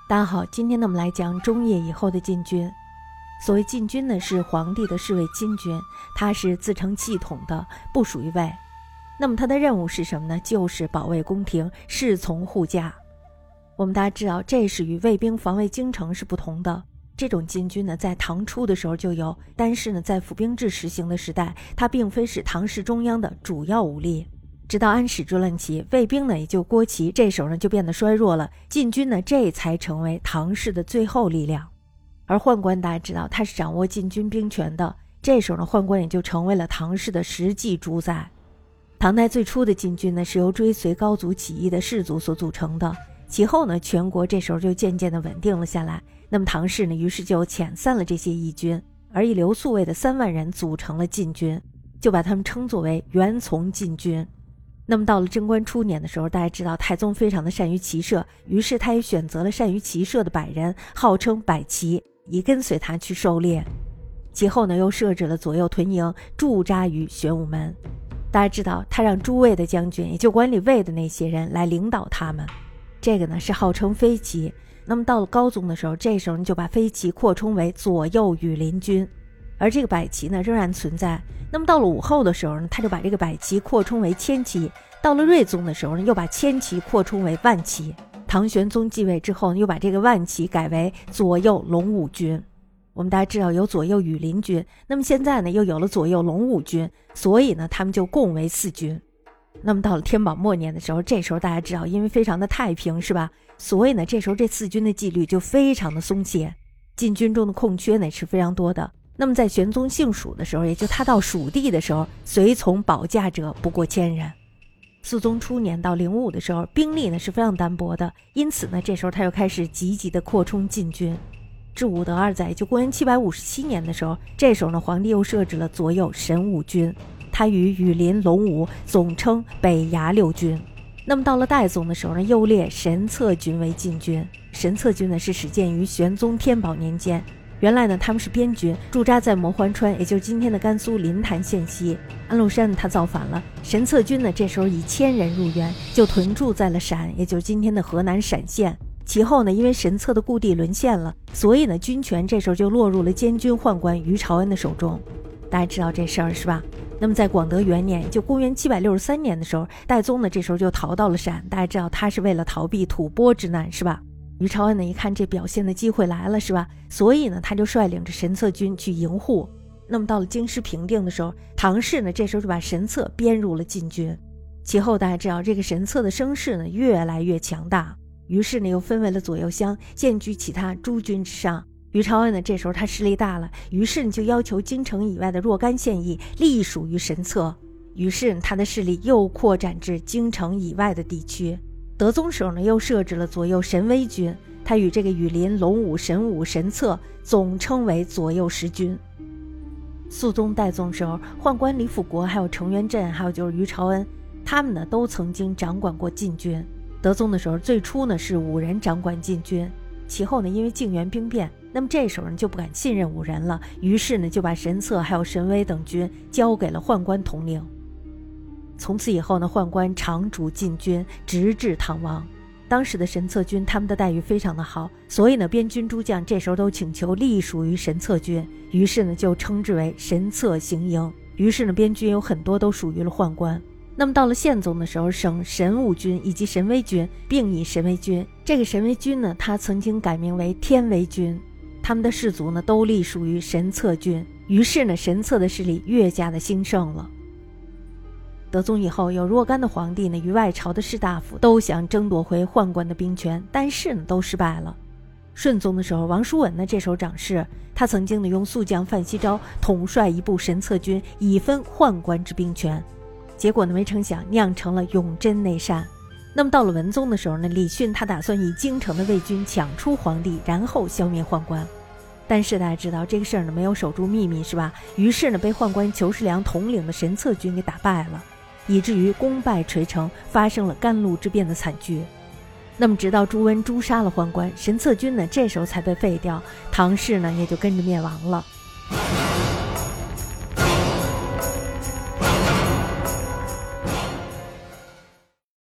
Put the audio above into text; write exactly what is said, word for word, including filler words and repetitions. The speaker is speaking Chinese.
大家好，今天呢我们来讲中叶以后的禁军。所谓禁军呢，是皇帝的侍卫亲军，他是自成系统的，不属于卫。那么他的任务是什么呢？就是保卫宫廷，侍从护驾。我们大家知道，这是与卫兵防卫京城是不同的。这种禁军呢，在唐初的时候就有，但是呢，在府兵制实行的时代，它并非是唐氏中央的主要武力。直到安史之乱起，卫兵呢也就郭齐这时候呢就变得衰弱了，禁军呢这才成为唐氏的最后力量。而宦官大家知道他是掌握禁军兵权的，这时候呢宦官也就成为了唐氏的实际主宰。唐代最初的禁军呢是由追随高祖起义的士族所组成的，其后呢全国这时候就渐渐的稳定了下来。那么唐氏呢于是就遣散了这些义军，而以刘宿卫的三万人组成了禁军，就把他们称作为元从禁军。那么到了贞观初年的时候，大家知道太宗非常的善于骑射，于是他也选择了善于骑射的百人，号称百骑，以跟随他去狩猎。其后呢又设置了左右屯营，驻扎于玄武门。大家知道他让诸卫的将军，也就管理卫的那些人来领导他们，这个呢是号称飞骑。那么到了高宗的时候，这时候就把飞骑扩充为左右羽林军，而这个百骑呢仍然存在。那么到了武后的时候呢，他就把这个百骑扩充为千骑，到了睿宗的时候呢，又把千骑扩充为万骑。唐玄宗继位之后呢，又把这个万骑改为左右龙武军。我们大家知道有左右羽林军，那么现在呢又有了左右龙武军，所以呢他们就共为四军。那么到了天宝末年的时候，这时候大家知道因为非常的太平是吧，所以呢这时候这四军的纪律就非常的松懈，禁军中的空缺呢是非常多的。那么在玄宗姓蜀的时候，也就他到蜀地的时候，随从保驾者不过千人。肃宗初年到灵武的时候，兵力呢是非常单薄的，因此呢这时候他又开始积极的扩充禁军。至武德二载，就公元七百五十七年的时候，这时候呢皇帝又设置了左右神武军，他与羽林龙武总称北牙六军。那么到了代宗的时候呢，又列神策军为禁军。神策军呢是始建于玄宗天宝年间，原来呢他们是边军，驻扎在磨环川，也就是今天的甘肃临潭县西。安禄山他造反了，神策军呢这时候以千人入援，就屯驻在了陕，也就是今天的河南陕县。其后呢因为神策的故地沦陷了，所以呢军权这时候就落入了监军宦官于朝恩的手中。大家知道这事儿是吧？那么在广德元年，也就公元七百六十三年的时候，代宗呢这时候就逃到了陕。大家知道他是为了逃避吐蕃之难是吧？于朝恩呢一看这表现的机会来了是吧，所以呢他就率领着神策军去营护。那么到了京师平定的时候，唐氏呢这时候就把神策编入了禁军。其后大家知道这个神策的声势呢越来越强大，于是呢又分为了左右乡，荐居其他诸军之上。于朝恩呢这时候他势力大了，于是呢就要求京城以外的若干县邑隶属于神策，于是他的势力又扩展至京城以外的地区。德宗时候呢又设置了左右神威军，他与这个羽林龙武神武神策总称为左右十军。肃宗代宗时候，宦官李辅国还有程元振还有就是于朝恩，他们呢都曾经掌管过禁军。德宗的时候最初呢是五人掌管禁军，其后呢因为靖元兵变，那么这时候人就不敢信任五人了，于是呢就把神策还有神威等军交给了宦官统领。从此以后呢宦官常主禁军直至唐亡。当时的神策军他们的待遇非常的好，所以呢边军诸将这时候都请求隶属于神策军，于是呢就称之为神策行营。于是呢边军有很多都属于了宦官。那么到了宪宗的时候，省神武军以及神威军并以神威军，这个神威军呢他曾经改名为天威军，他们的士卒呢都隶属于神策军，于是呢神策的势力越加的兴盛了。德宗以后有若干的皇帝呢与外朝的士大夫都想争夺回宦官的兵权，但是呢都失败了。顺宗的时候，王叔文呢这时候掌事，他曾经呢用宿将范希昭统帅一部神策军，以分宦官之兵权，结果呢没成想酿成了永贞内战。那么到了文宗的时候呢，李训他打算以京城的卫军抢出皇帝，然后消灭宦官。但是大家知道这个事儿呢没有守住秘密是吧？于是呢被宦官裘世良统领的神策军给打败了，以至于功败垂成，发生了甘露之变的惨剧。那么直到朱温诛杀了宦官，神策军呢这时候才被废掉，唐氏呢也就跟着灭亡了。